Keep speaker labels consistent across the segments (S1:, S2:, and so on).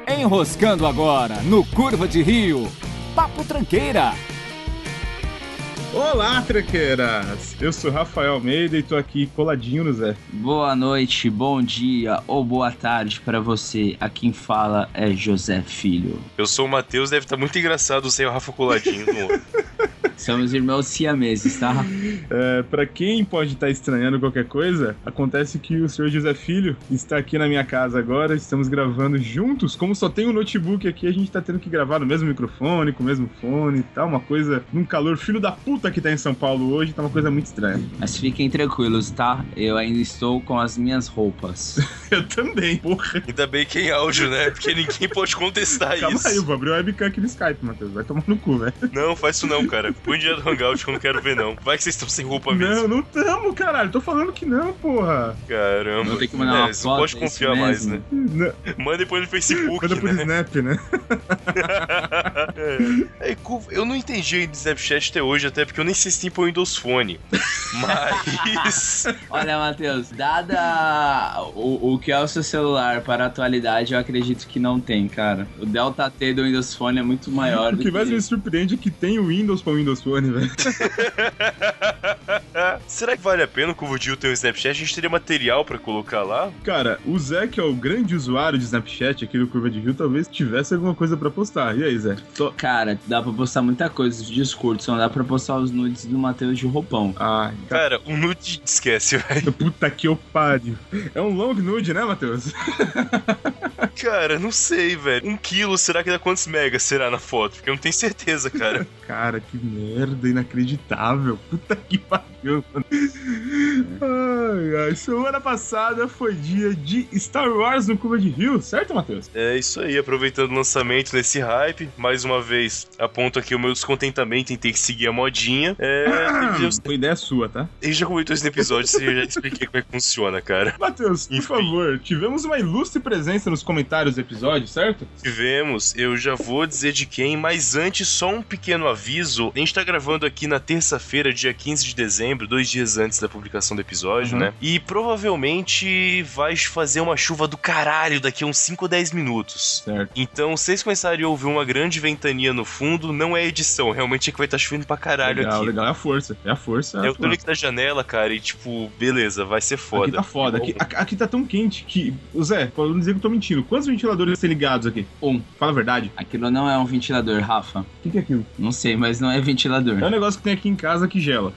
S1: Enroscando agora no Curva de Rio. Papo Tranqueira.
S2: Olá, tranqueiras! Eu sou Rafael Almeida e tô aqui coladinho no Zé.
S3: Boa noite, bom dia ou boa tarde pra você. A quem fala é José Filho.
S4: Eu sou o Matheus, deve estar muito engraçado sem o Rafa coladinho no...
S3: Somos irmãos siameses, tá?
S2: Pra quem pode estar estranhando qualquer coisa, acontece que o senhor José Filho está aqui na minha casa agora, estamos gravando juntos. Como só tem um notebook aqui, a gente tá tendo que gravar no mesmo microfone, com o mesmo fone e tal, uma coisa num calor filho da puta que tá em São Paulo hoje, tá uma coisa muito estranha.
S3: Mas fiquem tranquilos, tá? Eu ainda estou com as minhas roupas.
S2: Eu também, porra.
S4: Ainda bem que é em áudio, né? Porque ninguém pode contestar isso.
S2: Calma aí, eu vou abrir o webcam aqui no Skype, Matheus, vai tomar no cu, velho.
S4: Não, faz isso não, cara. Põe dinheiro no Hangout que eu não quero ver, não. Vai que vocês estão sem roupa mesmo.
S2: Não tamo, caralho. Tô falando que não, porra.
S4: Caramba.
S3: Vou ter que mandar uma
S4: você
S3: foto,
S4: não pode confiar mais, né?
S2: Não.
S4: Manda depois no Facebook,
S2: Manda por
S4: né?
S2: Snap, né?
S4: Eu não entendi ainda o Snapchat até hoje, até porque eu nem sei se tem pro Windows Phone. Mas...
S3: Olha, Matheus, dada o que é o seu celular para a atualidade, eu acredito que não tem, cara. O Delta T do Windows Phone é muito maior do que...
S2: O que mais me surpreende é que tem o Windows pra Windows Phone, velho.
S4: Será que vale a pena o Curva de Rio ter um Snapchat? A gente teria material pra colocar lá?
S2: Cara, o Zé, que é o grande usuário de Snapchat aqui do Curva de Rio, talvez tivesse alguma coisa pra postar. E aí, Zé?
S3: Cara, dá pra postar muita coisa, vídeos curtos, só não dá pra postar os nudes do Matheus de roupão.
S2: Ah,
S4: cara, o nude esquece, velho.
S2: Puta que eu pariu. É um long nude, né, Matheus?
S4: Cara, não sei, velho. 1 quilo, será que dá quantos megas será na foto? Porque eu não tenho certeza, cara.
S2: Cara, que merda, inacreditável. Puta que pariu, mano. Ai, semana passada foi dia de Star Wars no Curva de Rio, certo, Matheus?
S4: É isso aí, aproveitando o lançamento nesse hype, mais uma vez, aponto aqui o meu descontentamento em ter que seguir a modinha.
S2: Foi ideia sua, tá?
S4: Ele já comentou isso no episódio, eu já expliquei como é que funciona, cara.
S2: Matheus, por favor, tivemos uma ilustre presença nos comentários do episódio, certo?
S4: Tivemos, eu já vou dizer de quem, mas antes, só um pequeno aviso. A gente tá gravando aqui na terça-feira, dia 15 de dezembro, 2 dias antes da publicação do episódio, né? E provavelmente vai fazer uma chuva do caralho daqui a uns 5 ou 10 minutos.
S2: Certo.
S4: Então, se vocês começarem a ouvir uma grande ventania no fundo, não é edição, realmente é que vai estar chovendo pra caralho
S2: legal,
S4: aqui.
S2: Legal, é a força. É a força.
S4: Eu tô ali da janela, cara, e tipo, beleza, vai ser foda.
S2: Aqui tá foda. Aqui tá tão quente que... Zé, podemos dizer que eu tô mentindo. Quantos ventiladores têm ligados aqui? Fala a verdade.
S3: Aquilo não é um ventilador, Rafa.
S2: O que é aquilo?
S3: Não sei, mas não é ventilador.
S2: É um negócio que tem aqui em casa que gela.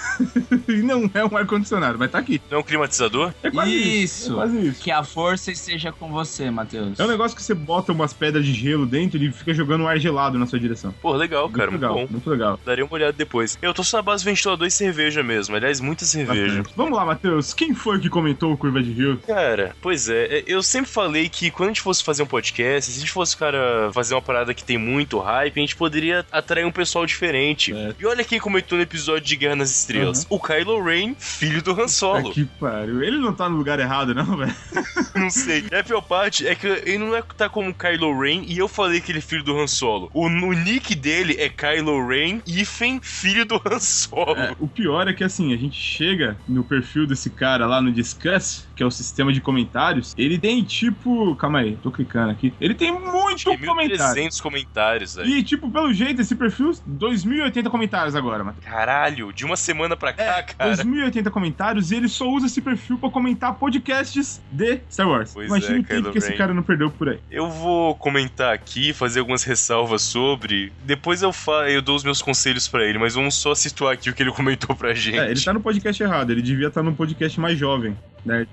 S2: E não é um ar-condicionado, mas tá aqui.
S4: Não é um climatizador?
S2: É quase
S3: isso.
S2: É quase isso.
S3: Que a força esteja com você, Matheus.
S2: É um negócio que você bota umas pedras de gelo dentro e ele fica jogando um ar gelado na sua direção.
S4: Pô, legal, cara, muito bom.
S2: Muito legal.
S4: Daria uma olhada depois. Eu tô só na base ventilador e cerveja mesmo. Aliás, muita cerveja.
S2: Bastante. Vamos lá, Matheus. Quem foi que comentou o Curva de Rio?
S4: Cara, pois é. Eu sempre falei que quando a gente fosse fazer um podcast, se a gente fosse, cara, fazer uma parada que tem muito hype, a gente poderia atrair um pessoal diferente. E olha quem comentou no episódio de Guerra nas Estrelas. O Kylo Ren, filho do Han Solo.
S2: Que pariu. Ele não tá no lugar errado, não, velho?
S4: Não sei. A pior parte é que ele não é tá como Kylo Ren e eu falei que ele é filho do Han Solo. O nick dele é Kylo Ren hífen filho do Han Solo.
S2: O pior é que, assim, a gente chega no perfil desse cara lá no Discuss, que é o sistema de comentários, ele tem, tipo... Calma aí, tô clicando aqui. Ele tem muito comentário.
S4: 1.300 comentários, velho.
S2: E, tipo, pelo jeito, esse perfil, 2.080 comentários agora, mano.
S4: Caralho, de uma semana pra cá, cara.
S2: 2.080 comentários e ele só usa esse perfil pra comentar podcasts de Star Wars.
S4: Pois
S2: Imagina o
S4: Kylo
S2: tempo que esse
S4: Ren.
S2: cara não perdeu por aí.
S4: Eu vou comentar aqui, fazer algumas ressalvas sobre. Depois eu dou os meus conselhos pra ele, mas vamos só situar aqui o que ele comentou pra gente.
S2: Ele tá no podcast errado, ele devia estar no podcast mais jovem, né?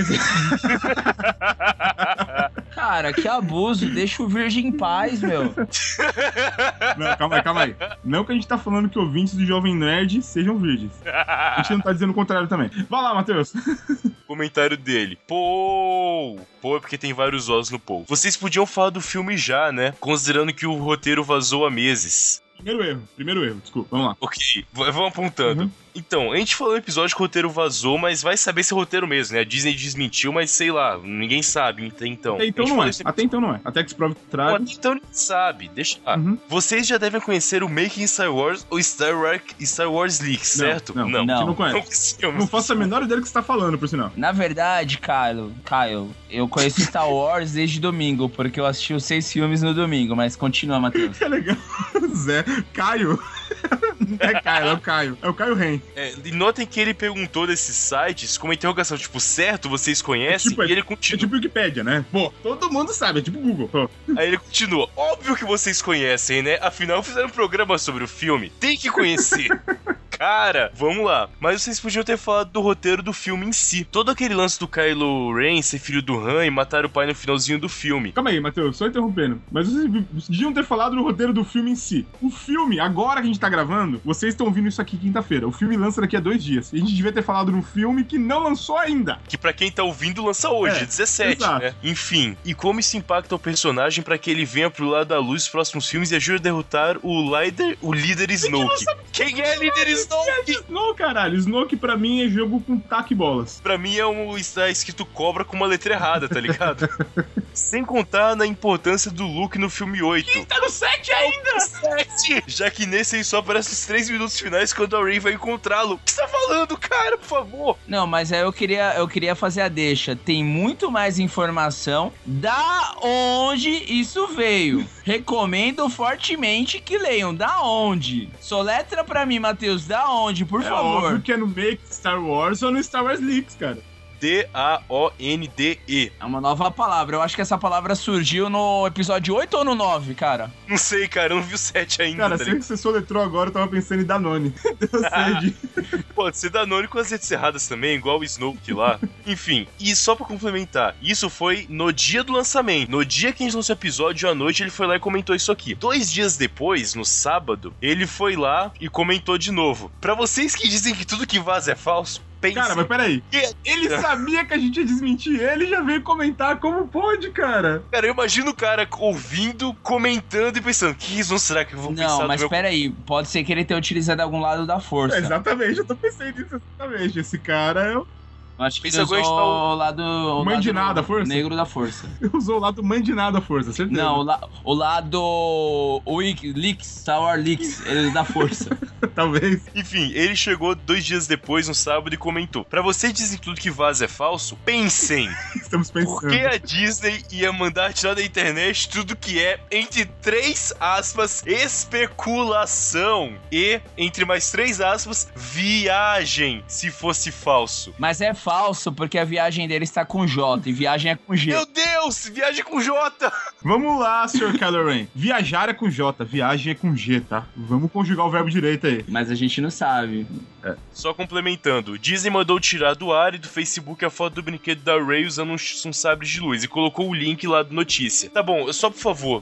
S3: Cara, que abuso. Deixa o virgem em paz, meu.
S2: Não, calma aí. Não que a gente tá falando que ouvintes do Jovem Nerd sejam virgens. A gente não tá dizendo o contrário também. Vai lá, Matheus.
S4: Comentário dele. Pô, é porque tem vários ossos no Paul. Vocês podiam falar do filme já, né? Considerando que o roteiro vazou há meses.
S2: Primeiro erro, desculpa, vamos lá.
S4: Ok, vamos apontando. Então, a gente falou no episódio que o roteiro vazou, mas vai saber se é roteiro mesmo, né? A Disney desmentiu, mas sei lá, ninguém sabe então.
S2: Até então não é. Até que se prove o contrário.
S4: Até então ninguém sabe, deixa lá. Vocês já devem conhecer o Making Star Wars ou Star Wars Leaks, certo?
S2: Não. Não conhece. Não faço a menor ideia do que você tá falando, por sinal.
S3: Na verdade, Caio, eu conheço Star Wars desde domingo, porque eu assisti os 6 filmes no domingo, mas continua, Matheus.
S2: É legal. Zé, Caio. É Caio, é o Caio. É o Caio Ren.
S4: E notem que ele perguntou desses sites com uma interrogação, tipo, certo, vocês conhecem? E ele continua.
S2: É tipo Wikipédia, né? Pô, todo mundo sabe, é tipo Google. Pô.
S4: Aí ele continua. Óbvio que vocês conhecem, né? Afinal, fizeram um programa sobre o filme. Tem que conhecer. Cara, vamos lá. Mas vocês podiam ter falado do roteiro do filme em si. Todo aquele lance do Kylo Ren ser filho do Han e matar o pai no finalzinho do filme.
S2: Calma aí, Matheus, só interrompendo. Mas vocês deviam ter falado do roteiro do filme em si. O filme, agora que a gente tá gravando, vocês estão ouvindo isso aqui quinta-feira. O filme lança daqui a 2 dias. E a gente devia ter falado no filme que não lançou ainda.
S4: Que pra quem tá ouvindo, lança hoje, 17,
S2: exato.
S4: Né? Enfim, e como isso impacta o personagem pra que ele venha pro lado da luz nos próximos filmes e ajude a derrotar o líder Snoke. Quem é líder Snoke?
S2: Snoke, caralho. Snoke pra mim é jogo com taco e bolas.
S4: Pra mim está escrito cobra com uma letra errada, tá ligado? Sem contar na importância do Luke no filme 8.
S2: Ih, tá no 7 ainda!
S4: 7! Já que nesse aí só aparece os 3 minutos finais quando a Rey vai encontrá-lo. O que você tá falando, cara, por favor?
S3: Não, mas aí eu queria fazer a deixa. Tem muito mais informação da onde isso veio. Recomendo fortemente que leiam. Da onde? Soletra pra mim, Matheus, da onde, por favor.
S2: Óbvio que é no Make Star Wars ou no Star Wars Leaks, cara.
S4: D-A-O-N-D-E.
S3: É uma nova palavra. Eu acho que essa palavra surgiu no episódio 8 ou no 9, cara?
S4: Não sei, cara. Eu não vi o 7 ainda.
S2: Cara, sei que você soletrou agora, eu tava pensando em Danone. Deu sede.
S4: Pode ser Danone com as letras erradas também, igual o Snoke lá. Enfim, e só pra complementar, isso foi no dia do lançamento. No dia que a gente lançou o episódio, à noite, ele foi lá e comentou isso aqui. 2 dias depois, no sábado, ele foi lá e comentou de novo. Pra vocês que dizem que tudo que vaza é falso, pense.
S2: Cara, mas peraí. Ele sabia que a gente ia desmentir ele e já veio comentar. Como pode, cara?
S4: Cara, eu imagino o cara ouvindo, comentando e pensando, que razão será que eu vou pensar?
S3: Não, mas peraí. Pode ser que ele tenha utilizado algum lado da força.
S2: Exatamente, eu tô pensando nisso exatamente. Esse cara é o...
S3: Acho que ele usou o lado...
S2: Mãe de nada, força?
S3: Negro da força.
S2: Usou o lado mãe de nada, força, certeza.
S3: Não, o lado... Leaks, Star Wars Leaks, ele da força.
S2: Talvez.
S4: Enfim, ele chegou 2 dias depois, no sábado, e comentou: pra vocês dizem que tudo que vaza é falso, pensem.
S2: Estamos pensando.
S4: Por que a Disney ia mandar tirar da internet tudo que é, entre 3 aspas, especulação e, entre mais 3 aspas, viagem, se fosse falso?
S3: Mas é falso porque a viagem dele está com J e viagem é com G.
S4: Meu Deus, viagem com J!
S2: Vamos lá, Sr. Kylo Ren. Viajar é com J, viagem é com G, tá? Vamos conjugar o verbo direito aí.
S3: Mas a gente não sabe.
S4: Só complementando, Disney mandou tirar do ar e do Facebook a foto do brinquedo da Rey usando um sabre de luz e colocou o link lá do notícia. Tá bom, só por favor,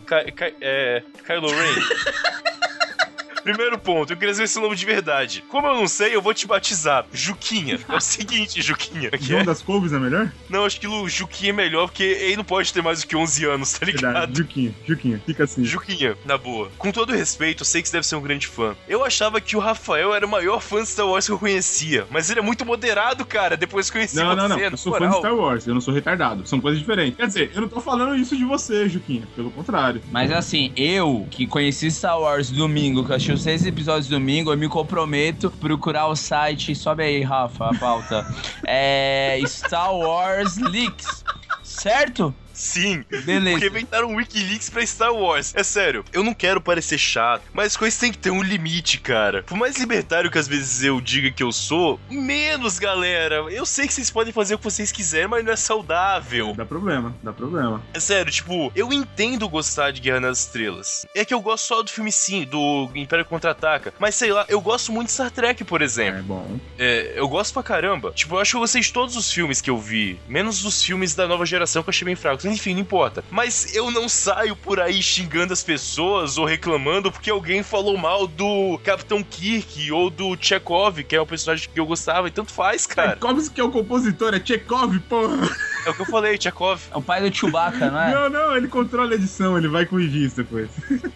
S4: Kylo Ren. Primeiro ponto, eu queria saber seu nome de verdade. Como eu não sei, eu vou te batizar. Juquinha. É o seguinte, Juquinha.
S2: João das Couves é melhor?
S4: Não, acho que o Juquinha é melhor, porque ele não pode ter mais do que 11 anos, tá ligado?
S2: Verdade. Juquinha, fica assim.
S4: Juquinha, na boa. Com todo respeito, eu sei que você deve ser um grande fã. Eu achava que o Rafael era o maior fã de Star Wars que eu conhecia, mas ele é muito moderado, cara, depois que eu conheci você.
S2: Não, eu sou fã de Star Wars, eu não sou retardado. São coisas diferentes. Quer dizer, eu não tô falando isso de você, Juquinha, pelo contrário.
S3: Mas assim, eu, que conheci Star Wars domingo, que eu achei os 6 episódios domingo, eu me comprometo a procurar o site, sobe aí, Rafa, a pauta, Star Wars Leaks, certo?
S4: Sim,
S3: beleza.
S4: Porque inventaram um Wikileaks pra Star Wars. É sério, eu não quero parecer chato, mas as coisas têm que ter um limite, cara. Por mais libertário que às vezes eu diga que eu sou, menos, galera. Eu sei que vocês podem fazer o que vocês quiserem, mas não é saudável.
S2: Dá problema.
S4: É sério, tipo, eu entendo gostar de Guerra nas Estrelas. É que eu gosto só do filme sim, do Império Contra-Ataca. Mas sei lá, eu gosto muito de Star Trek, por exemplo.
S2: É bom.
S4: Eu gosto pra caramba. Tipo, eu acho que eu gostei de todos os filmes que eu vi, menos os filmes da nova geração que eu achei bem fracos. Enfim, não importa. Mas eu não saio por aí xingando as pessoas ou reclamando porque alguém falou mal do Capitão Kirk ou do Chekhov, que é o personagem que eu gostava, e tanto faz, cara.
S2: Chekhov, que é o compositor, é Chekhov, porra.
S4: É o que eu falei, Tchekov.
S3: É o pai do Chewbacca, não é?
S2: Não, ele controla a edição, ele vai corrigir isso depois.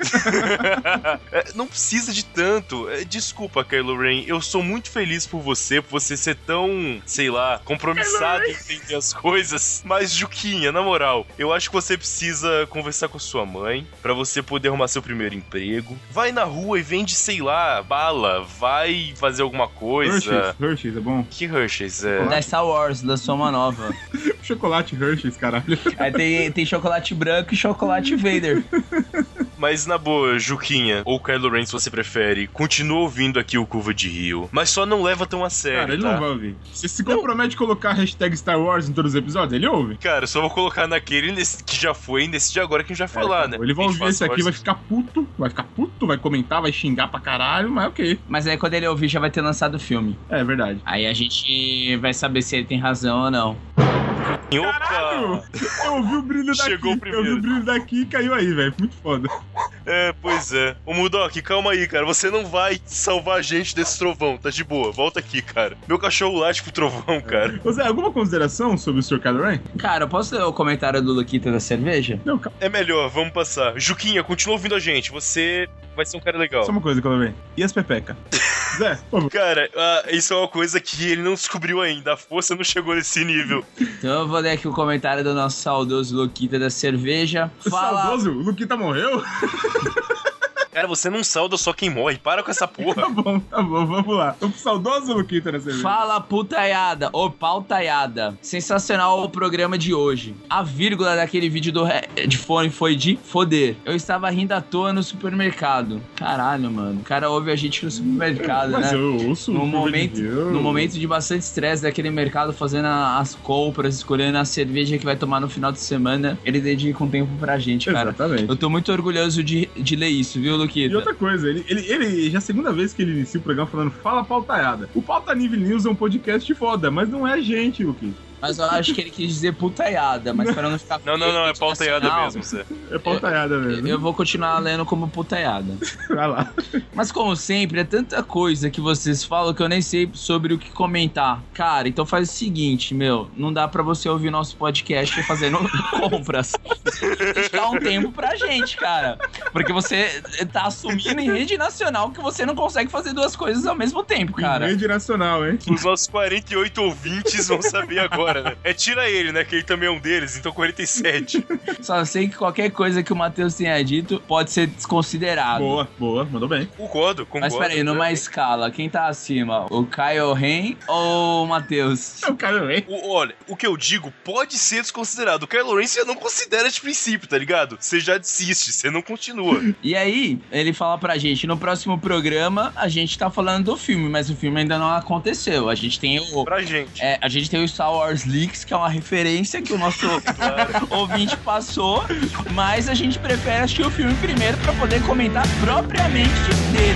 S4: Não precisa de tanto. Desculpa, Kylo Ren, eu sou muito feliz por você ser tão, sei lá, compromissado em entender as coisas. Mas, Juquinha, na moral, eu acho que você precisa conversar com a sua mãe pra você poder arrumar seu primeiro emprego. Vai na rua e vende, sei lá, bala. Vai fazer alguma coisa.
S2: Hershey's, é bom?
S4: Que Hershey's?
S3: Da Star Wars, da Soma Nova.
S2: Chocolate Hershey's, caralho.
S3: Aí tem chocolate branco e chocolate Vader.
S4: Mas na boa, Juquinha, ou Kylo Ren, se você prefere, continua ouvindo aqui o Curva de Rio, mas só não leva tão a sério,
S2: cara, ele
S4: tá?
S2: não vai ouvir. Você se compromete a colocar a hashtag Star Wars em todos os episódios, ele ouve.
S4: Cara, eu só vou colocar naquele que já foi, nesse de agora que a gente vai falar, né?
S2: Ele vai ouvir esse aqui, vai ficar puto, vai comentar, vai xingar pra caralho, mas ok.
S3: Mas aí quando ele ouvir já vai ter lançado o filme.
S2: É verdade.
S3: Aí a gente vai saber se ele tem razão ou não.
S4: Opa!
S2: Caralho! Eu ouvi o brilho daqui.
S4: Chegou primeiro.
S2: Eu ouvi o brilho daqui e caiu aí, velho. Muito foda.
S4: Pois é. Ô Mudok, calma aí, cara. Você não vai salvar a gente desse trovão, tá de boa. Volta aqui, cara. Meu cachorro late pro trovão, cara.
S2: Ô Zé, alguma consideração sobre o Sr. Kylo Ren?
S3: Cara, posso ler o comentário do Luquita da cerveja?
S2: Não, calma.
S4: É melhor, vamos passar. Juquinha, continua ouvindo a gente. Você vai ser um cara legal.
S2: Só uma coisa, Kylo Ren. E as pepecas? Zé, por favor.
S4: Cara, isso é uma coisa que ele não descobriu ainda. A força não chegou nesse nível.
S3: Então eu vou ler aqui o comentário do nosso saudoso Luquita da cerveja. Fala...
S2: Saudoso? O Luquita morreu?
S4: Cara, você não sauda só quem morre. Para com essa porra.
S2: Tá bom, vamos lá. O saudoso Luquita nessa vez.
S3: Fala putaiada, ou pautaiada. Sensacional o programa de hoje. A vírgula daquele vídeo do headphone foi de foder. Eu estava rindo à toa no supermercado. Caralho, mano. O cara ouve a gente no supermercado,
S2: mas
S3: né?
S2: Eu ouço
S3: no momento de bastante estresse daquele mercado, fazendo as compras, escolhendo a cerveja que vai tomar no final de semana, ele dedica um tempo pra gente, cara.
S2: Exatamente.
S3: Eu tô muito orgulhoso de ler isso, viu, Luquita?
S2: E outra coisa, ele já é a segunda vez que ele inicia o programa falando fala pautaiada. O Pauta Nível News é um podcast foda, mas não é a gente, Luquita.
S3: Mas eu acho que ele quis dizer putaiada, mas para não ficar...
S4: Não, é pautaiada mesmo, Zé.
S2: É pautaiada mesmo.
S3: Eu vou continuar lendo como putaiada.
S2: Vai lá.
S3: Mas como sempre, é tanta coisa que vocês falam que eu nem sei sobre o que comentar. Cara, então faz o seguinte, não dá pra você ouvir nosso podcast fazendo compras. Dá um tempo pra gente, cara. Porque você tá assumindo em rede nacional que você não consegue fazer duas coisas ao mesmo tempo, cara.
S2: Em rede nacional, hein?
S4: Os nossos 48 ouvintes vão saber agora. Né? Tira ele, né? Que ele também é um deles, então 47.
S3: Só sei que qualquer coisa que o Matheus tenha dito pode ser desconsiderado.
S2: Boa, mandou bem.
S4: Concordo.
S3: Mas peraí, numa escala, quem tá acima? O Kylo Ren ou o Matheus?
S2: É o Kylo Ren.
S4: Olha, o que eu digo pode ser desconsiderado. O Kylo Ren você não considera de princípio, tá ligado? Você já desiste, você não continua.
S3: E aí, ele fala pra gente, no próximo programa, a gente tá falando do filme, mas o filme ainda não aconteceu. A gente tem o...
S4: Pra gente.
S3: A gente tem o Star Wars Leaks, que é uma referência que o nosso ouvinte passou, mas a gente prefere assistir o filme primeiro pra poder comentar propriamente dele.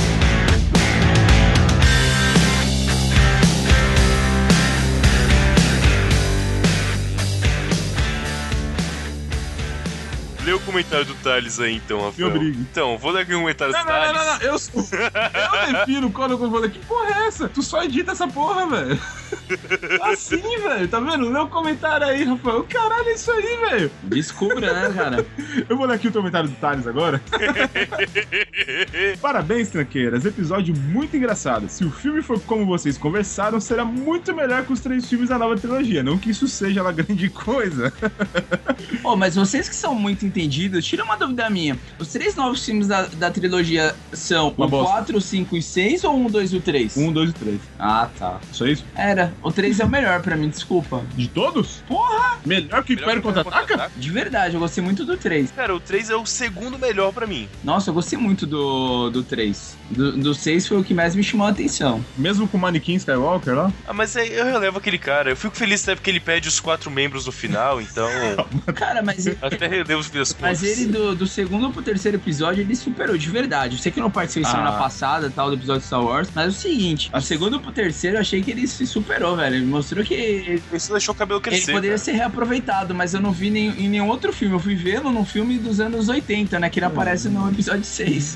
S4: Lê o comentário do Thales aí, então, Rafael.
S2: Me obrigue.
S4: Então, vou ler aqui um comentário do Thales.
S2: Não. Eu defino quando eu vou ler. Que porra é essa? Tu só edita essa porra, velho. Assim, velho. Tá vendo? Lê o comentário aí, Rafael. Caralho, é isso aí, velho.
S3: Descubra, né, cara?
S2: Eu vou ler aqui o comentário do Thales agora. Parabéns, tranqueiras. Episódio muito engraçado. Se o filme for como vocês conversaram, será muito melhor que os 3 filmes da nova trilogia. Não que isso seja uma grande coisa.
S3: Mas vocês que são muito entendidos, tira uma dúvida minha. Os 3 novos filmes da trilogia são o 4, o 5 e 6 ou 1, 2 e o 3?
S2: 1, 2 e 3.
S3: Ah, tá.
S2: Só isso?
S3: Era. O 3 é o melhor pra mim, desculpa.
S2: De todos?
S3: Porra!
S2: Melhor que Império Contra-Ataca?
S3: De verdade, eu gostei muito do 3.
S4: Cara, o 3 é o segundo melhor pra mim.
S3: Nossa, eu gostei muito do 3. Do 6 foi o que mais me chamou a atenção.
S2: Mesmo com o Manequim Skywalker lá?
S4: Mas aí eu relevo aquele cara. Eu fico feliz até porque ele pede os 4 membros no final, então...
S3: Cara, mas...
S4: Até relevo os filhos.
S3: Mas ele, do segundo pro terceiro episódio, ele superou de verdade. Eu sei que eu não participei semana passada, tal, do episódio de Star Wars, mas é o seguinte, do segundo pro terceiro, eu achei que ele se superou, velho. Ele mostrou que...
S4: Isso deixou o cabelo crescer,
S3: ele poderia ser reaproveitado, mas eu não vi em nenhum outro filme. Eu fui vê-lo num filme dos anos 80, né? Que ele aparece no episódio 6.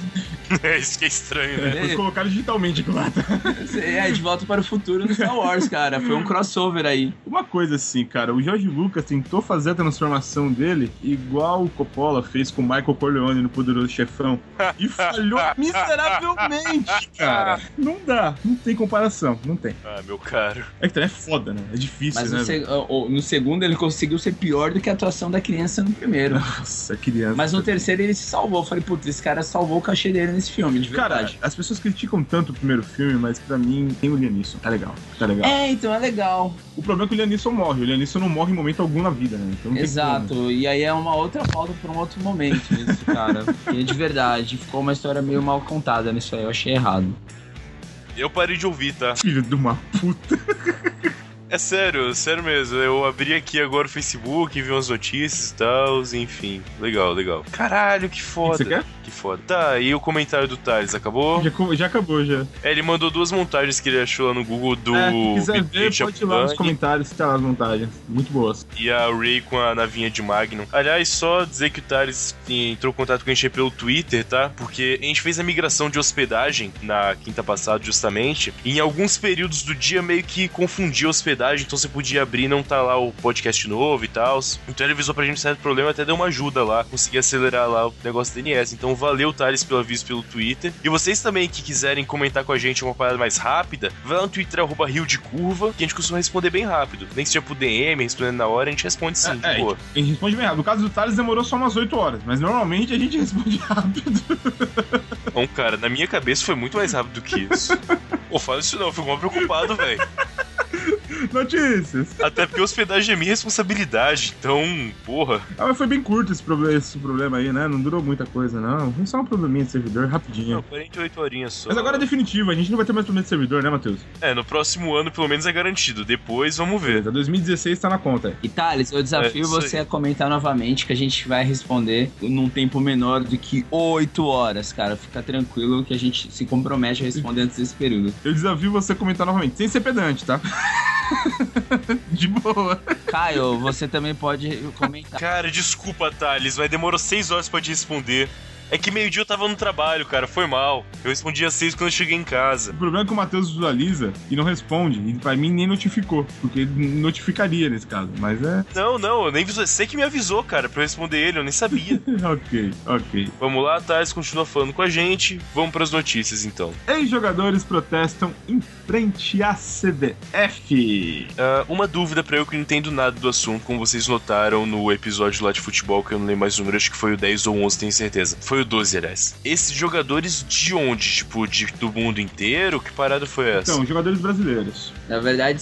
S4: Isso que é estranho, né?
S2: Eles colocaram digitalmente lá.
S3: De Volta para o Futuro no Star Wars, cara. Foi um crossover aí.
S2: Uma coisa assim, cara, o George Lucas tentou fazer a transformação dele igual o Coppola fez com o Michael Corleone no Poderoso Chefão e falhou miseravelmente, cara. Não dá, não tem comparação, não tem.
S4: Ah, meu caro.
S2: É que também é foda, né? É difícil,
S3: mas
S2: né?
S3: No segundo ele conseguiu ser pior do que a atuação da criança no primeiro.
S2: Nossa, criança.
S3: Mas no terceiro ele se salvou. Eu falei, putz, esse cara salvou o cachê dele nesse filme, de verdade.
S2: Cara, as pessoas criticam tanto o primeiro filme, mas pra mim tem o Liam Neeson. Tá legal.
S3: Então é legal.
S2: O problema é que o Liam Neeson morre. O Liam Neeson não morre em momento algum na vida, né? Então
S3: exato. E aí é uma outra pauta pra um outro momento isso, cara. E de verdade, ficou uma história meio mal contada nisso aí. Eu achei errado.
S4: Eu parei de ouvir, tá?
S2: Filho de uma puta.
S4: É sério mesmo. Eu abri aqui agora o Facebook, vi umas notícias e tal, enfim. Legal. Caralho, que foda.
S2: Você quer?
S4: Que foda. Tá, e o comentário do Thales, acabou?
S2: Já acabou, já.
S4: Ele mandou 2 montagens que ele achou lá no Google do...
S2: Se quiser ver, pode ir lá nos comentários, tá lá as montagens. Muito boas.
S4: E a Rey com a navinha de Magnum. Aliás, só dizer que o Thales entrou em contato com a gente pelo Twitter, tá? Porque a gente fez a migração de hospedagem na quinta passada, justamente. E em alguns períodos do dia meio que confundia a hospedagem, então você podia abrir e não tá lá o podcast novo e tal. Então ele avisou pra gente certo problema, até deu uma ajuda lá, consegui acelerar lá o negócio do DNS. Então valeu, Thales, pelo aviso pelo Twitter. E vocês também que quiserem comentar com a gente uma parada mais rápida, vai lá no Twitter, @riodecurva, que a gente costuma responder bem rápido. Nem que seja pro DM, respondendo na hora, a gente responde sim, de boa.
S2: A gente responde bem rápido. No caso do Thales demorou só umas 8 horas, mas normalmente a gente responde rápido.
S4: Bom, cara, na minha cabeça foi muito mais rápido do que isso. Pô, fala isso não, eu fico mal preocupado, velho.
S2: Notícias.
S4: Até porque hospedagem é minha responsabilidade, então, porra.
S2: Mas foi bem curto esse problema aí, né? Não durou muita coisa, não. Foi só um probleminha de servidor, rapidinho.
S4: Não, 48 horinhas só.
S2: Mas agora é definitivo, a gente não vai ter mais problema de servidor, né, Matheus?
S4: No próximo ano pelo menos é garantido, depois vamos ver.
S2: 2016 tá na conta.
S3: E Thales, eu desafio você a comentar novamente que a gente vai responder num tempo menor do que 8 horas, cara. Fica tranquilo que a gente se compromete a responder antes desse período.
S2: Eu desafio você a comentar novamente, sem ser pedante, tá? De boa.
S3: Caio, você também pode comentar.
S4: Cara, desculpa, Thales, mas demorou 6 horas pra te responder. É que meio-dia eu tava no trabalho, cara, foi mal. Eu respondi às 6 quando eu cheguei em casa.
S2: O problema é que o Matheus visualiza e não responde. E pra mim nem notificou, porque notificaria nesse caso, mas é...
S4: Não, eu nem visualizei. Você que me avisou, cara, pra eu responder ele, eu nem sabia.
S2: Ok.
S4: Vamos lá, Thales continua falando com a gente. Vamos pras notícias, então.
S2: Ex-jogadores protestam em frente à CBF.
S4: Uma dúvida pra eu que não entendo nada do assunto, como vocês notaram no episódio lá de futebol, que eu não lembro mais o número, acho que foi o 10 ou 11, tenho certeza. Foi o 12, aliás. Esses jogadores de onde? Tipo, do mundo inteiro? Que parada foi essa?
S2: Então, jogadores brasileiros.
S3: Na verdade,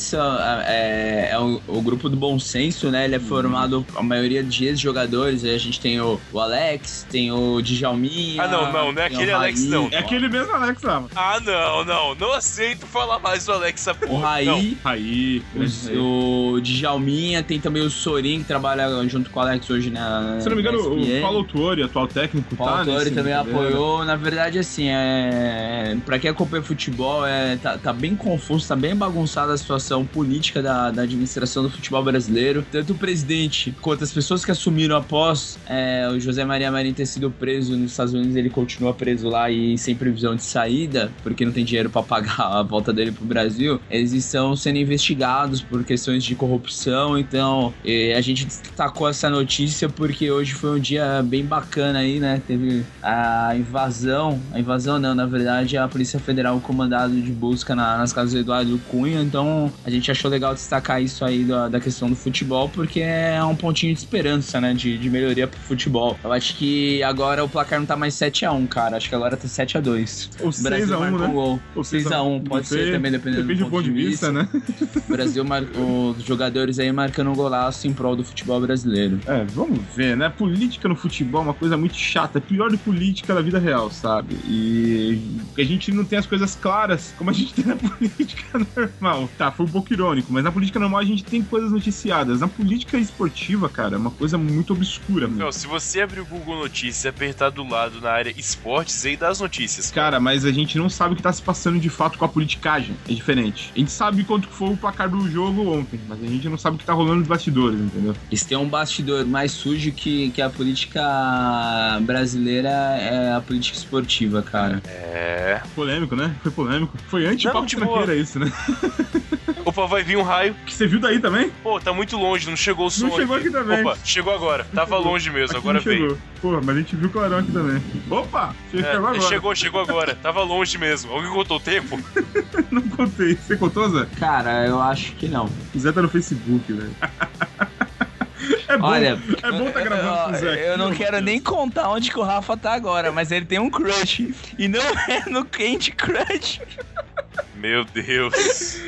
S3: o grupo do Bom Senso, né? Ele é formado, a maioria de ex-jogadores. Aí a gente tem o Alex, tem o Djalminha.
S4: Não é aquele Alex, não.
S2: É aquele mesmo Alex lá, mano.
S4: Não aceito falar mais do Alex, essa porra.
S3: O Raí. O Djalminha, tem também o Sorin, que trabalha junto com o Alex hoje na
S2: Se não me engano, o Paulo Tuori, atual técnico,
S3: tá? O Tuori também apoiou. Na verdade, assim, pra quem acompanha futebol, tá bem confuso, tá bem bagunçada a situação política da administração do futebol brasileiro. Tanto o presidente quanto as pessoas que assumiram após o José Maria Marinho ter sido preso nos Estados Unidos, ele continua preso lá e sem previsão de saída, porque não tem dinheiro pra pagar a volta dele pro Brasil. Eles estão sendo investigados por questões de corrupção. Então, a gente destacou essa notícia porque hoje foi um dia bem bacana aí, né? Teve a invasão não, na verdade, a Polícia Federal, o comandado de busca nas casas do Eduardo Cunha. Então, a gente achou legal destacar isso aí da questão do futebol, porque é um pontinho de esperança, né? De melhoria pro futebol. Eu acho que agora o placar não tá mais 7-1, cara. Acho que agora tá 7-2.
S2: Ou 6-1, né?
S3: Ou 6-1, pode ser também, dependendo
S2: do ponto de vista, né?
S3: O Brasil, os jogadores aí marcando um golaço em prol do futebol brasileiro.
S2: Vamos ver, né? Política no futebol é uma coisa muito chata. É pior do que política na vida real, sabe? E a gente não tem as coisas claras como a gente tem na política normal. normal, tá, foi um pouco irônico, mas na política normal a gente tem coisas noticiadas. Na política esportiva, cara, é uma coisa muito obscura, mano.
S4: Não, se você abrir o Google Notícias e apertar do lado na área esportes, aí dá as notícias.
S2: Cara, mas a gente não sabe o que tá se passando de fato com a politicagem. É diferente. A gente sabe quanto foi o placar do jogo ontem, mas a gente não sabe o que tá rolando nos bastidores, entendeu?
S3: Isso tem um bastidor mais sujo que a política brasileira é a política esportiva, cara.
S4: É.
S2: Polêmico, né? Foi polêmico. Foi anti-papo tranqueira isso, né?
S4: Opa, vai vir um raio.
S2: Que você viu daí também?
S4: Pô, tá muito longe, não chegou o som.
S2: Não chegou aqui também.
S4: Opa, chegou agora. Tava longe mesmo,
S2: Aqui
S4: agora veio.
S2: chegou. Pô, mas a gente viu o clarão aqui também. Opa! Chegou agora.
S4: Chegou agora. Tava longe mesmo. Alguém contou o tempo?
S2: Não contei. Você contou, Zé?
S3: Cara, eu acho que não.
S2: O Zé tá no Facebook, velho. É bom,
S3: Olha,
S2: é bom tá gravando com o Zé.
S3: Eu não quero nem contar onde que o Rafa tá agora, mas ele tem um crush. E não é no Candy Crush.
S4: Meu Deus.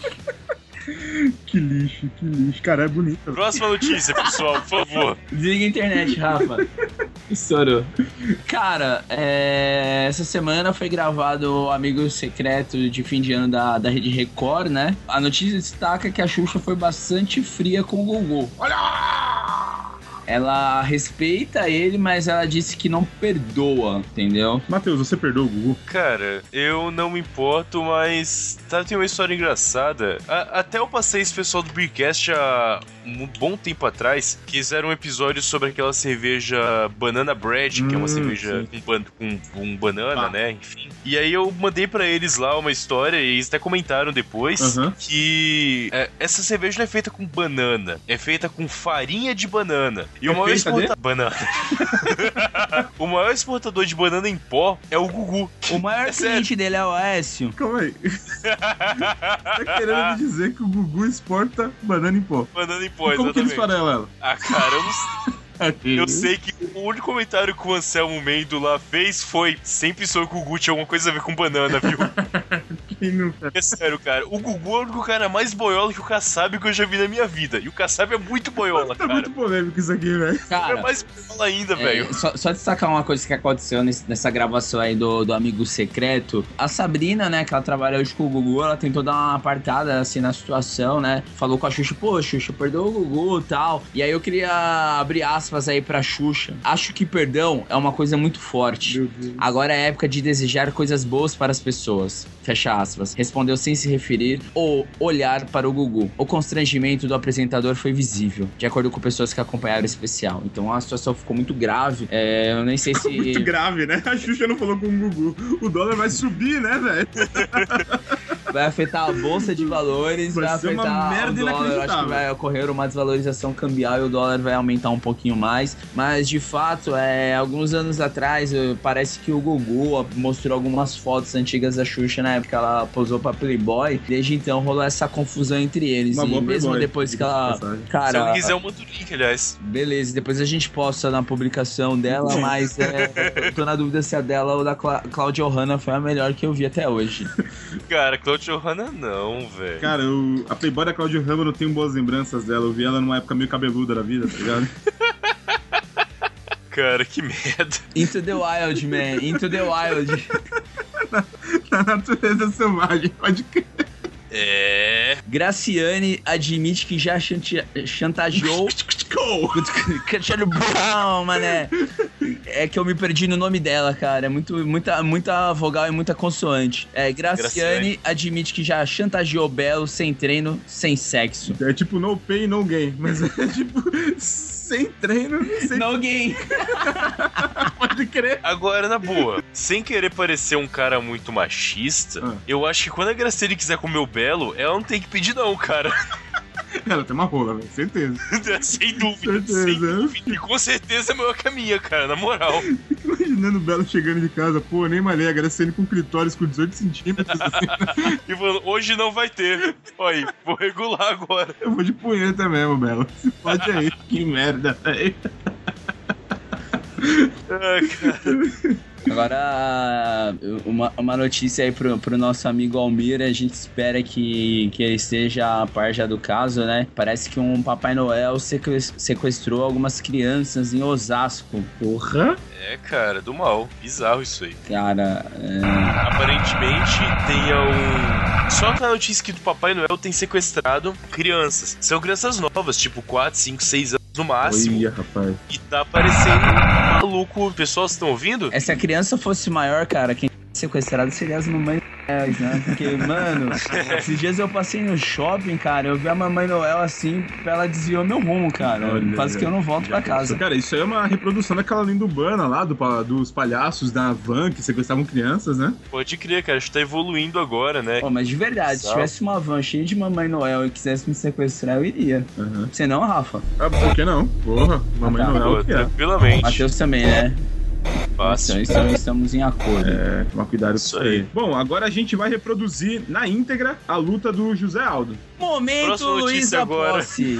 S2: Que lixo. Cara, é bonito.
S4: Próxima notícia, pessoal, por favor.
S3: Desliga a internet, Rafa. Estourou. Cara, essa semana foi gravado o Amigo Secreto de fim de ano da Rede Record, né? A notícia destaca que a Xuxa foi bastante fria com o Gugu.
S2: Olha!
S3: Ela respeita ele, mas ela disse que não perdoa, entendeu?
S2: Matheus, você perdoa o Gugu?
S4: Cara, eu não me importo, mas tem uma história engraçada. Até eu passei esse pessoal do Beercast há um bom tempo atrás, que fizeram um episódio sobre aquela cerveja Banana Bread, que é uma cerveja com banana, né? Enfim. E aí eu mandei pra eles lá uma história, e eles até comentaram depois, que essa cerveja não é feita com banana, é feita com farinha de banana. E o maior o maior exportador de banana em pó é o Gugu.
S3: O maior cliente dele é o Aécio.
S2: Calma aí. Tá querendo me dizer que o Gugu exporta banana em pó?
S4: Banana em pó,
S2: e como
S4: exatamente.
S2: Que eles farelam ela?
S4: Ah, cara, eu não sei. Eu sei que o único comentário que o Anselmo Mendo lá fez foi: sempre soube que o Gugu tinha alguma coisa a ver com banana, viu?
S2: Quem não...
S4: É sério, cara. O Gugu é o único cara mais boiola que o Kassab que eu já vi na minha vida. E o Kassab é muito boiola,
S2: Tá
S4: cara.
S2: muito polêmico isso aqui, velho.
S3: Cara,
S4: é mais boiola ainda, velho.
S3: Só destacar uma coisa que aconteceu nessa gravação aí do Amigo Secreto. A Sabrina, né, que ela trabalha hoje com o Gugu, ela tentou dar uma apartada, assim, na situação, né? Falou com a Xuxa, pô, Xuxa, perdoa o Gugu e tal. E aí eu queria abrir aspas aí pra Xuxa. Acho que perdão é uma coisa muito forte. Agora é época de desejar coisas boas para as pessoas. Fecha aspas. Respondeu sem se referir ou olhar para o Gugu. O constrangimento do apresentador foi visível, de acordo com pessoas que acompanharam o especial. Então a situação ficou muito grave. Eu nem sei se...
S2: Muito grave, né? A Xuxa não falou com o Gugu. O dólar vai subir, né, velho?
S3: Vai afetar a bolsa de valores, vai afetar
S2: uma merda
S3: o dólar. Acho que vai ocorrer uma desvalorização cambial e o dólar vai aumentar um pouquinho mais. Mas, de fato, alguns anos atrás, parece que o Gugu mostrou algumas fotos antigas da Xuxa, na época que ela posou pra Playboy. Desde então, rolou essa confusão entre eles.
S2: Uma boa
S3: mesmo
S2: Playboy,
S3: depois que ela... Cara,
S4: se alguém quiser, eu mando o link, aliás.
S3: Beleza, depois a gente posta na publicação dela, mas eu tô na dúvida se a dela ou da Cláudia Ohana foi a melhor que eu vi até hoje.
S4: Cara, Cláudia Ohana não, velho.
S2: Cara, a Playboy da Cláudia Ohana eu não tenho boas lembranças dela. Eu vi ela numa época meio cabeluda da vida, tá ligado?
S4: Cara, que merda.
S3: Into the Wild, man. Into the Wild.
S2: Na natureza selvagem, pode crer.
S3: Graciane admite que já chantageou... Brown, mané. É que eu me perdi no nome dela, cara. É muita vogal e muita consoante. Graciane admite que já chantageou Belo sem treino, sem sexo.
S2: É tipo no pain, no gain. Mas é tipo... sem treino, sem...
S3: No gain.
S2: Pode crer.
S4: Agora, na boa, sem querer parecer um cara muito machista, eu acho que quando a Graciane quiser comer o Belo, ela não tem que pedir não, cara.
S2: Ela tem uma rola, velho, certeza.
S4: Sem dúvida. E com certeza é maior que a minha, cara, na moral.
S2: Fico imaginando o Belo chegando de casa, pô, nem malhei, a Graciane com clitóris com 18 centímetros, assim.
S4: E falando, hoje não vai ter. Olha aí, vou regular agora.
S2: Eu vou de punheta mesmo, Belo. Se pode aí. Que merda, velho.
S4: Cara.
S3: Agora, uma notícia aí pro nosso amigo Almir. A gente espera que ele esteja a par já do caso, né? Parece que um Papai Noel sequestrou algumas crianças em Osasco.
S2: Porra!
S4: Cara, do mal. Bizarro isso aí.
S3: Cara,
S4: Aparentemente tenha Só que a notícia que o Papai Noel tem sequestrado crianças. São crianças novas, tipo 4, 5, 6 anos no máximo.
S2: Olha, rapaz.
S4: E tá parecendo maluco. Pessoal, vocês estão ouvindo?
S3: Se a criança fosse maior, cara, quem sequestrado seria as mamães Noéis, né? Porque, mano, esses dias eu passei no shopping, cara, eu vi a Mamãe Noel assim, ela desviou meu rumo, cara. Quase que eu não volto pra casa.
S2: Cara, isso aí é uma reprodução daquela lenda urbana lá, dos palhaços da van que sequestravam crianças, né?
S4: Pode crer, cara, acho que tá evoluindo agora, né?
S3: Pô, mas de verdade, se tivesse uma van cheia de Mamãe Noel e quisesse me sequestrar, eu iria. Você não, Rafa?
S2: Ah, por que não? Porra, Mamãe Noel que é.
S4: Tranquilamente.
S3: Matheus também, né?
S4: Fácil.
S3: Então estamos em acordo.
S2: Tomar cuidado com isso aí. Bom, agora a gente vai reproduzir na íntegra a luta do José Aldo.
S3: Momento Luísa Posse.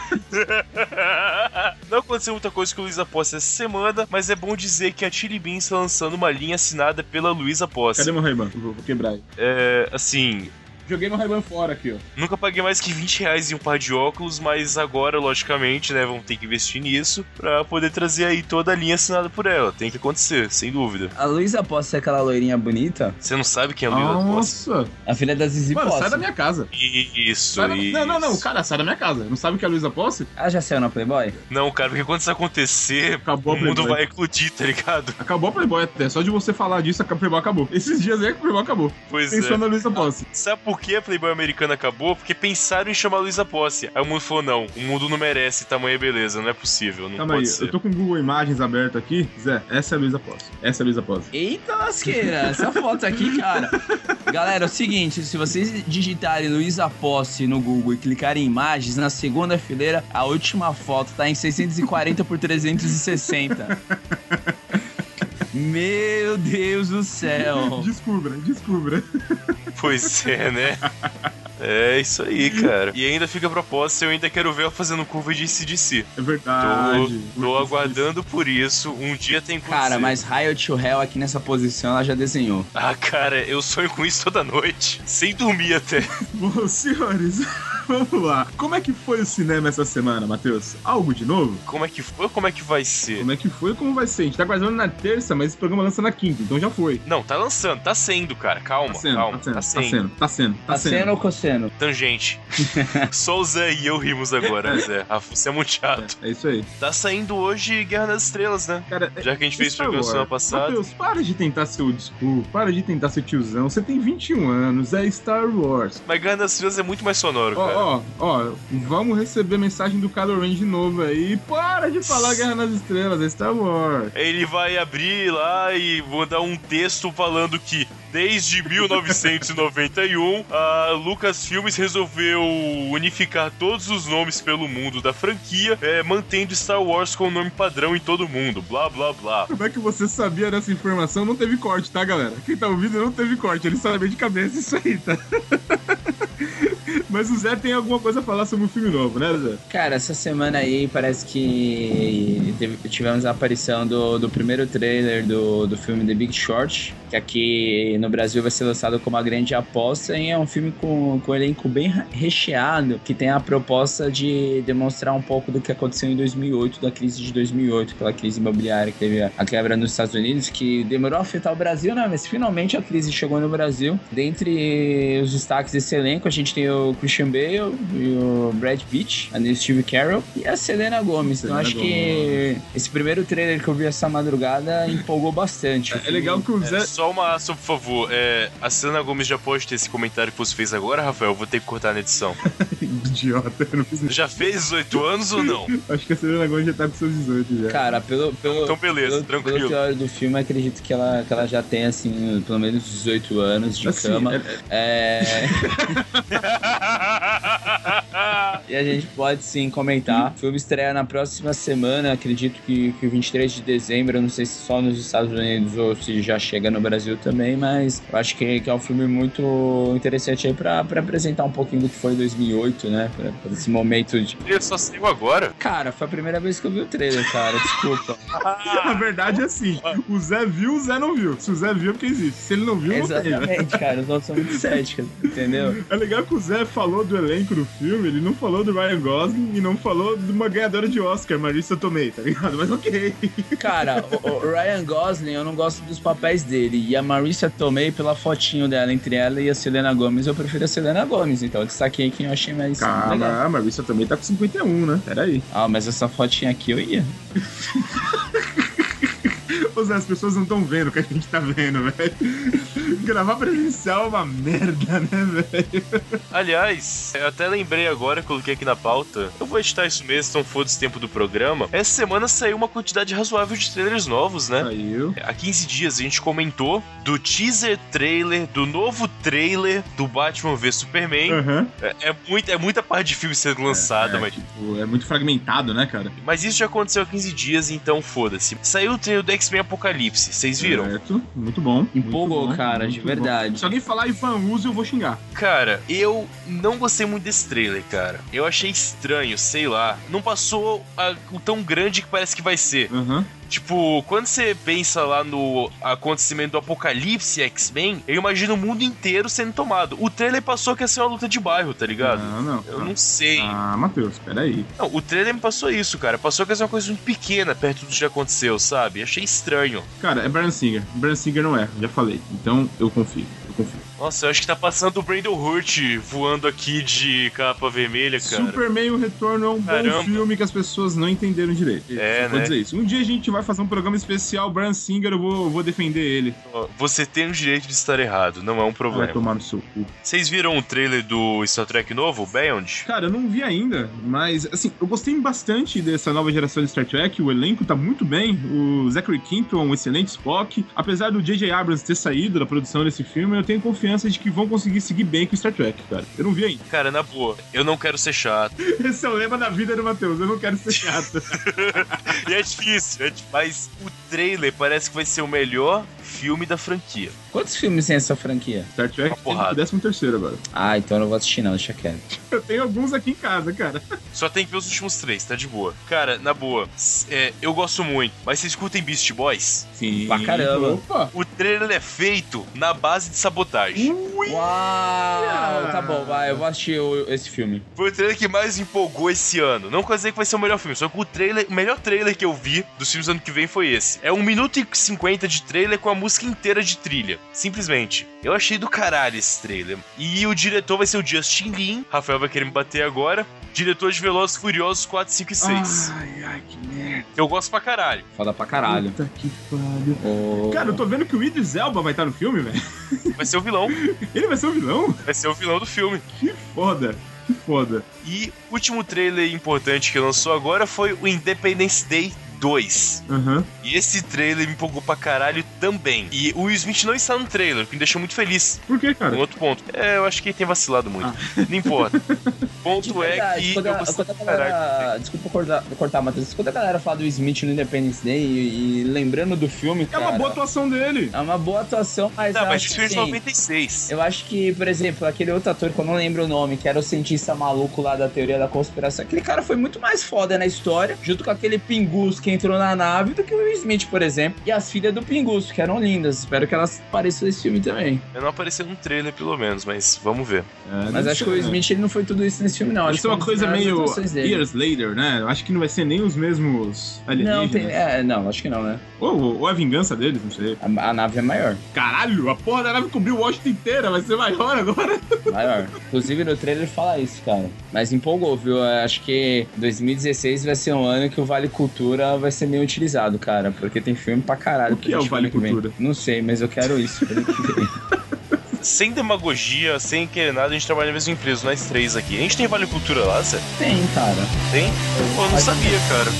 S4: Não aconteceu muita coisa com o Luísa Posse essa semana, mas é bom dizer que a Chili Beans está lançando uma linha assinada pela Luísa Posse.
S2: Cadê meu Ray-Ban? Vou quebrar aí.
S4: Assim...
S2: Joguei meu Ray-Ban fora aqui, ó.
S4: Nunca paguei mais que R$20 em um par de óculos, mas agora, logicamente, né, vamos ter que investir nisso pra poder trazer aí toda a linha assinada por ela. Tem que acontecer, sem dúvida.
S3: A Luísa Posse é aquela loirinha bonita?
S4: Você não sabe quem é a Luísa Posse?
S2: Nossa!
S3: A filha da Zizi Posse.
S2: Mano, sai da minha casa.
S4: Isso.
S2: Não, cara, sai da minha casa. Não sabe que é a Luísa Posse?
S3: Ah, já saiu na Playboy?
S4: Não, cara, porque quando isso acontecer,
S2: acabou
S4: o mundo vai eclodir, tá ligado?
S2: Acabou a Playboy até. Só de você falar disso, a Playboy acabou. Esses dias aí que a Playboy acabou.
S4: Pois
S2: Pensou na Luísa Posse.
S4: Sabe por que a Playboy americana acabou? Porque pensaram em chamar a Luísa Posse. Aí o mundo falou, não, o mundo não merece tamanha beleza, não é possível, não
S2: Calma
S4: pode
S2: aí,
S4: ser.
S2: Eu tô com o Google Imagens aberto aqui. Zé, essa é a Luísa Posse. Essa é a Luísa Posse.
S3: Eita lasqueira, essa foto aqui, cara. Galera, é o seguinte, se vocês digitarem Luísa Posse no Google e clicarem em imagens, na segunda fileira, a última foto tá em 640 por 360. Meu Deus do céu.
S2: Descubra.
S4: Pois é, né? É isso aí, cara. E ainda fica a proposta, eu ainda quero ver ela fazendo curva de AC/DC.
S2: É verdade.
S4: Tô aguardando por isso. Um dia tem que acontecer.
S3: Cara, mas Riot to Hell aqui nessa posição ela já desenhou.
S4: Ah, cara, eu sonho com isso toda noite. Sem dormir até.
S2: Bom, senhores, vamos lá. Como é que foi o cinema essa semana, Matheus? Algo de novo?
S4: Como é que foi ou como é que vai ser?
S2: Como é que foi ou como vai ser? A gente tá gravando na terça, mas esse programa lança na quinta, então já foi.
S4: Não, tá lançando, tá sendo, cara. Calma, calma.
S2: Tá sendo
S3: ou cosseno?
S4: Tangente. Só o Zé e eu rimos agora, Zé. Você é muito chato.
S2: É isso aí.
S4: Tá saindo hoje Guerra nas Estrelas, né?
S2: Cara,
S4: já que a gente fez programa semana passada.
S2: Matheus, para de tentar ser old school, para de tentar ser tiozão. Você tem 21 anos, é Star Wars.
S4: Mas Guerra nas Estrelas é muito mais sonoro, cara.
S2: Ó, vamos receber mensagem do Kylo Ren de novo aí. Para de falar Guerra nas Estrelas, é Star Wars.
S4: Ele vai abrir lá e mandar um texto falando que desde 1991, a Lucasfilmes resolveu unificar todos os nomes pelo mundo da franquia, mantendo Star Wars com o nome padrão em todo mundo, blá blá blá.
S2: Como é que você sabia dessa informação? Não teve corte, tá, galera? Quem tá ouvindo não teve corte, ele sabia de cabeça isso aí, tá? Mas o Zé tem alguma coisa a falar sobre o filme novo, né, Zé?
S3: Cara, essa semana aí parece que tivemos a aparição do primeiro trailer do filme The Big Short, que aqui no Brasil vai ser lançado como a grande aposta, e é um filme com um elenco bem recheado, que tem a proposta de demonstrar um pouco do que aconteceu em 2008, da crise de 2008, aquela crise imobiliária que teve a quebra nos Estados Unidos, que demorou a afetar o Brasil, né? Mas finalmente a crise chegou no Brasil. Dentre os destaques desse elenco, a gente tem o Christian Bale e o Brad Pitt, a Steve Carell e a Selena Gomez. Então acho que esse primeiro trailer que eu vi essa madrugada empolgou bastante.
S2: É legal que o Zé...
S4: Só uma ação, por favor. A Selena Gomez já pode ter esse comentário que você fez agora, Rafael? Eu vou ter que cortar na edição.
S2: Idiota, eu não fiz isso.
S4: Já fez 18 anos ou não?
S2: Acho que a Selena Gomez já tá com seus 18 já.
S3: Cara,
S4: então beleza, tranquilo.
S3: Pelo teor do filme, acredito que ela já tem, assim, pelo menos 18 anos de cama. E a gente pode sim comentar. O filme estreia na próxima semana, acredito que 23 de dezembro, eu não sei se só nos Estados Unidos ou se já chega no Brasil também, mas eu acho que é um filme muito interessante aí pra apresentar um pouquinho do que foi 2008, né? Pra esse momento de...
S4: Ele só saiu agora?
S3: Cara, foi a primeira vez que eu vi o trailer, cara, desculpa.
S2: A verdade é assim, o Zé viu, o Zé não viu. Se o Zé viu, é porque existe. Se ele não viu, não tem.
S3: Exatamente, cara, os outros são muito céticos, entendeu?
S2: É legal que o Zé falou do elenco do filme, ele não falou do Ryan Gosling e não falou de uma ganhadora de Oscar, Marissa Tomei, tá ligado? Mas ok.
S3: Cara, o Ryan Gosling, eu não gosto dos papéis dele. E a Marissa Tomei, pela fotinho dela, entre ela e a Selena Gomez, eu prefiro a Selena Gomez. Então eu destaquei quem eu achei mais
S2: Calma,
S3: legal.
S2: a Marissa Tomei tá com 51, né? Peraí.
S3: Ah, mas essa fotinha aqui eu ia.
S2: As pessoas não estão vendo o que a gente tá vendo, velho. Gravar presencial é uma merda, né, velho?
S4: Aliás, eu até lembrei agora, coloquei aqui na pauta. Eu vou editar isso mesmo, então foda-se o tempo do programa. Essa semana saiu uma quantidade razoável de trailers novos, né?
S2: Saiu.
S4: Há 15 dias a gente comentou do teaser trailer, do novo trailer do Batman v Superman.
S2: Uhum.
S4: É muita parte de filme sendo lançada, mas...
S2: Tipo, é muito fragmentado, né, cara?
S4: Mas isso já aconteceu há 15 dias, então foda-se. Saiu o trailer do X-Men Apocalipse, vocês viram?
S2: Certo. Muito bom.
S3: Empolgou,
S2: muito bom,
S3: cara,
S2: muito
S3: de verdade.
S2: bom. Se alguém falar em fan-uso, eu vou xingar.
S4: Cara, eu não gostei muito desse trailer, cara. Eu achei estranho, sei lá. Não passou o tão grande que parece que vai ser.
S2: Uhum.
S4: Tipo, quando você pensa lá no acontecimento do Apocalipse X-Men, eu imagino o mundo inteiro sendo tomado. O trailer passou que ia ser uma luta de bairro, tá ligado?
S2: Não.
S4: Eu não sei.
S2: Ah, Matheus, peraí.
S4: Não, o trailer me passou isso, cara. Passou que ia ser uma coisa muito pequena perto do que já aconteceu, sabe? Achei estranho.
S2: Cara, é Bryan Singer. Bryan Singer não erra, já falei. Então, eu confio.
S4: Nossa, eu acho que tá passando o Brandon Hurt voando aqui de capa vermelha, cara.
S2: Superman, o Retorno é um bom filme que as pessoas não entenderam direito. Vou dizer isso. Um dia a gente vai fazer um programa especial, Bryan Singer, eu vou defender ele.
S4: Você tem o direito de estar errado, não é um problema.
S2: Vai tomar no seu cu.
S4: Vocês viram o trailer do Star Trek novo, Beyond?
S2: Cara, eu não vi ainda, mas, assim, eu gostei bastante dessa nova geração de Star Trek, o elenco tá muito bem, o Zachary Quinto é um excelente Spock, apesar do J.J. Abrams ter saído da produção desse filme, eu tenho confiança de que vão conseguir seguir bem com Star Trek, cara. Eu não vi ainda.
S4: Cara, na boa, eu não quero ser chato.
S2: Esse é o lema da vida do Matheus, eu não quero ser chato.
S4: E é difícil, mas o trailer parece que vai ser o melhor filme da franquia.
S3: Quantos filmes tem essa franquia?
S2: Star Trek tem o 13º agora.
S3: Ah, então eu não vou assistir não, deixa quieto.
S2: Eu tenho alguns aqui em casa, cara.
S4: Só tem que ver os últimos 3, tá de boa. Cara, na boa, eu gosto muito, mas vocês curtem Beast Boys?
S2: Sim.
S3: Pra caramba.
S2: Opa.
S4: O trailer é feito na base de sabotagem.
S3: Uau, tá bom, vai, eu vou assistir esse filme.
S4: Foi o trailer que mais empolgou esse ano. Não quer dizer que vai ser o melhor filme, só que o melhor trailer que eu vi dos filmes do ano que vem foi esse. É 1 minuto e 50 de trailer com a música inteira de trilha. Simplesmente. Eu achei do caralho esse trailer. E o diretor vai ser o Justin Lin. Rafael vai querer me bater agora. Diretor de Velozes e Furiosos 4, 5 e 6.
S2: Ai, que merda.
S4: Eu gosto pra caralho.
S3: Foda pra caralho.
S2: Puta que pariu. Cara, eu tô vendo que o Idris Elba vai estar no filme, velho.
S4: Vai ser o vilão.
S2: Ele vai ser o vilão?
S4: Vai ser o vilão do filme.
S2: Que foda. Que foda.
S4: E o último trailer importante que lançou agora foi o Independence Day 2.
S2: Uhum.
S4: E esse trailer me empolgou pra caralho também. E o Will Smith não está no trailer, o que me deixou muito feliz.
S2: Por quê, cara?
S4: Um outro ponto. Eu acho que ele tem vacilado muito. Não importa. Ponto é que eu gostei pra caralho.
S3: Desculpa cortar, Matheus. Quando a galera fala do Smith no Independence Day e lembrando do filme, cara...
S2: É uma boa atuação dele.
S3: É uma boa atuação, mas
S4: não,
S3: eu
S4: mas
S3: acho
S4: isso
S3: que
S4: fez em 96.
S3: Eu acho que, por exemplo, aquele outro ator que eu não lembro o nome, que era o cientista maluco lá da teoria da conspiração, aquele cara foi muito mais foda na história, junto com aquele pinguço que entrou na nave, do que o Will Smith, por exemplo. E as filhas do pinguço, que eram lindas. Espero que elas apareçam nesse filme também.
S4: Eu não apareci no trailer, pelo menos, mas vamos ver.
S3: Mas acho que o Will Smith ele não foi tudo isso nesse filme, não.
S2: Vai
S3: Acho
S2: ser
S3: que
S2: uma coisa meio
S3: Years
S2: Later, né? Eu acho que não vai ser nem os mesmos alienígenas.
S3: Não, acho que não, né?
S2: Ou a vingança deles, não sei.
S3: A nave é maior.
S2: Caralho, a porra da nave cobriu Washington inteira, vai ser maior agora.
S3: Maior. Inclusive no trailer fala isso, cara. Mas empolgou, viu? Eu acho que 2016 vai ser um ano que o Vale Cultura vai ser meio utilizado, cara. Porque tem filme pra caralho.
S2: O que é o Vale Cultura?
S3: Não sei, mas eu quero isso.
S4: Sem demagogia, sem querer nada, a gente trabalha na mesma empresa, nós 3 aqui. A gente tem Vale Cultura lá, Zé?
S3: Tem, cara.
S4: Tem? Pô, eu não sabia, cara.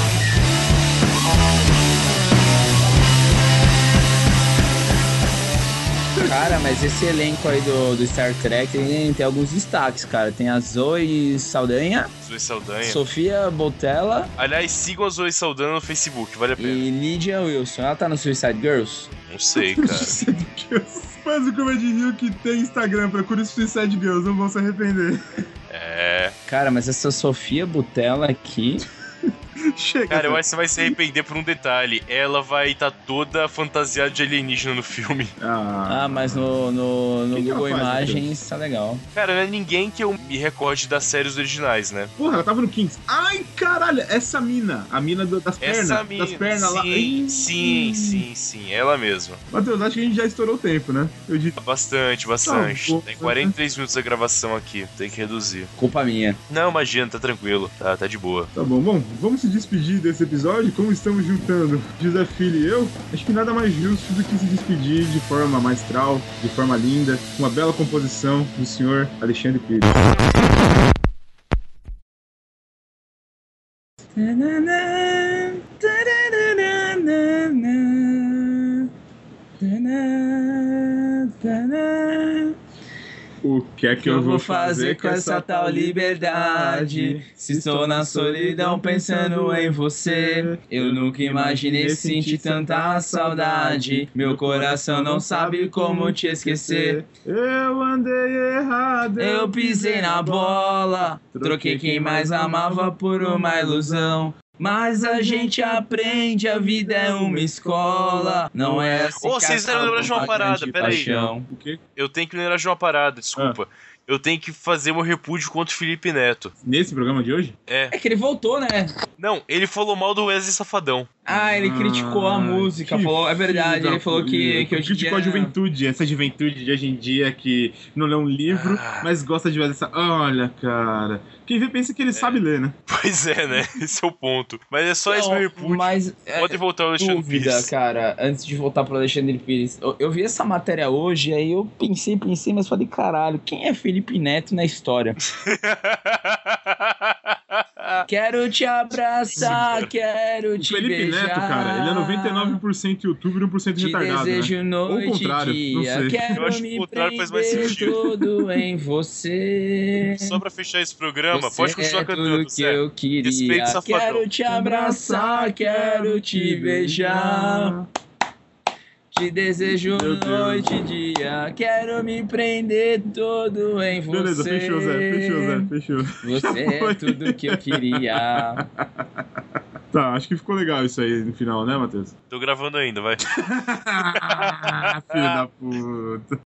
S3: Cara, mas esse elenco aí do Star Trek tem alguns destaques, cara. Tem a Zoe Saldanha. Sofia Boutella.
S4: Aliás, sigam a Zoe Saldanha no Facebook, vale a pena.
S3: E Lydia Wilson. Ela tá no Suicide Girls?
S4: Não sei, cara.
S2: Suicide Girls. Mas o Comedy Rio que tem Instagram, procure Suicide Girls, não vão se arrepender.
S4: É.
S3: Cara, mas essa Sofia Boutella aqui...
S2: Chega.
S4: Cara, eu acho que você vai se arrepender por um detalhe. Ela vai estar toda fantasiada de alienígena no filme.
S3: Mas no
S2: Que
S3: Google
S2: ela faz,
S3: Imagens tá legal.
S4: Cara, não é ninguém que eu me recorde das séries originais, né?
S2: Porra, ela tava no Kings. Ai, caralho, essa mina. A mina das pernas.
S4: Essa mina.
S2: Das pernas lá.
S4: Sim, ela mesma.
S2: Matheus, acho que a gente já estourou o tempo, né? Eu disse.
S4: Bastante.
S2: Tá,
S4: Tem 43 minutos da gravação aqui, tem que reduzir.
S3: Culpa minha.
S4: Não, imagina, tá tranquilo, tá de boa.
S2: Tá bom, vamos se despedir desse episódio. Como estamos juntando José Filho e eu, acho que nada mais justo do que se despedir de forma maestral, de forma linda, com uma bela composição do senhor Alexandre Pires. O que é que eu vou fazer com essa tal liberdade? Se estou na solidão pensando em você, eu nunca imaginei sentir tanta saudade. Meu coração não sabe como te esquecer. Eu andei errado,
S3: Eu pisei na bola, troquei quem mais amava por uma ilusão. Mas a gente aprende, a vida é uma escola. Não é assim.
S4: Ô, vocês devem lembrar de uma parada, peraí.
S2: O quê?
S4: Eu tenho que lembrar de uma parada, desculpa. Eu tenho que fazer meu repúdio contra o Felipe Neto.
S2: Nesse programa de hoje?
S3: É que ele voltou, né?
S4: Não, ele falou mal do Wesley Safadão.
S3: Ele criticou a música, falou, é verdade, ele falou que hoje em
S2: criticou a
S3: dia...
S2: juventude, essa juventude de hoje em dia que não lê um livro, mas gosta de ver essa... Olha, cara, quem vê pensa que ele sabe ler, né?
S4: Pois é, né? Esse é o ponto. Mas é só esse meu repúdio.
S3: Mas,
S4: Pode voltar ao Alexandre
S3: dúvida,
S4: Pires.
S3: cara, antes de voltar pro Alexandre Pires, eu vi essa matéria hoje, aí eu pensei, mas falei, caralho, quem é Felipe Neto na história? Quero te abraçar, quero te
S2: Felipe
S3: beijar.
S2: Neto, cara, ele é 99% youtuber e 1%
S3: Te
S2: retardado,
S3: desejo
S2: né?
S3: noite
S2: Ou o contrário,
S3: e
S2: não
S3: dia.
S2: sei.
S4: Eu
S3: Quero
S4: acho que o
S3: me
S4: contrário faz mais
S3: prender
S4: sentido.
S3: tudo em você.
S4: Só pra fechar esse programa,
S3: Você
S4: pode continuar
S3: é
S4: cantando,
S3: tudo que
S4: Zé.
S3: eu queria.
S4: Respeito, Safadão.
S3: Quero te abraçar, quero te beijar. Te desejo
S2: Meu Deus.
S3: noite e dia. Quero me prender todo em você.
S2: Beleza, fechou, Zé, fechou.
S3: Você é tudo que eu queria.
S2: Tá, acho que ficou legal isso aí no final, né, Matheus?
S4: Tô gravando ainda, vai.
S2: Filho da puta.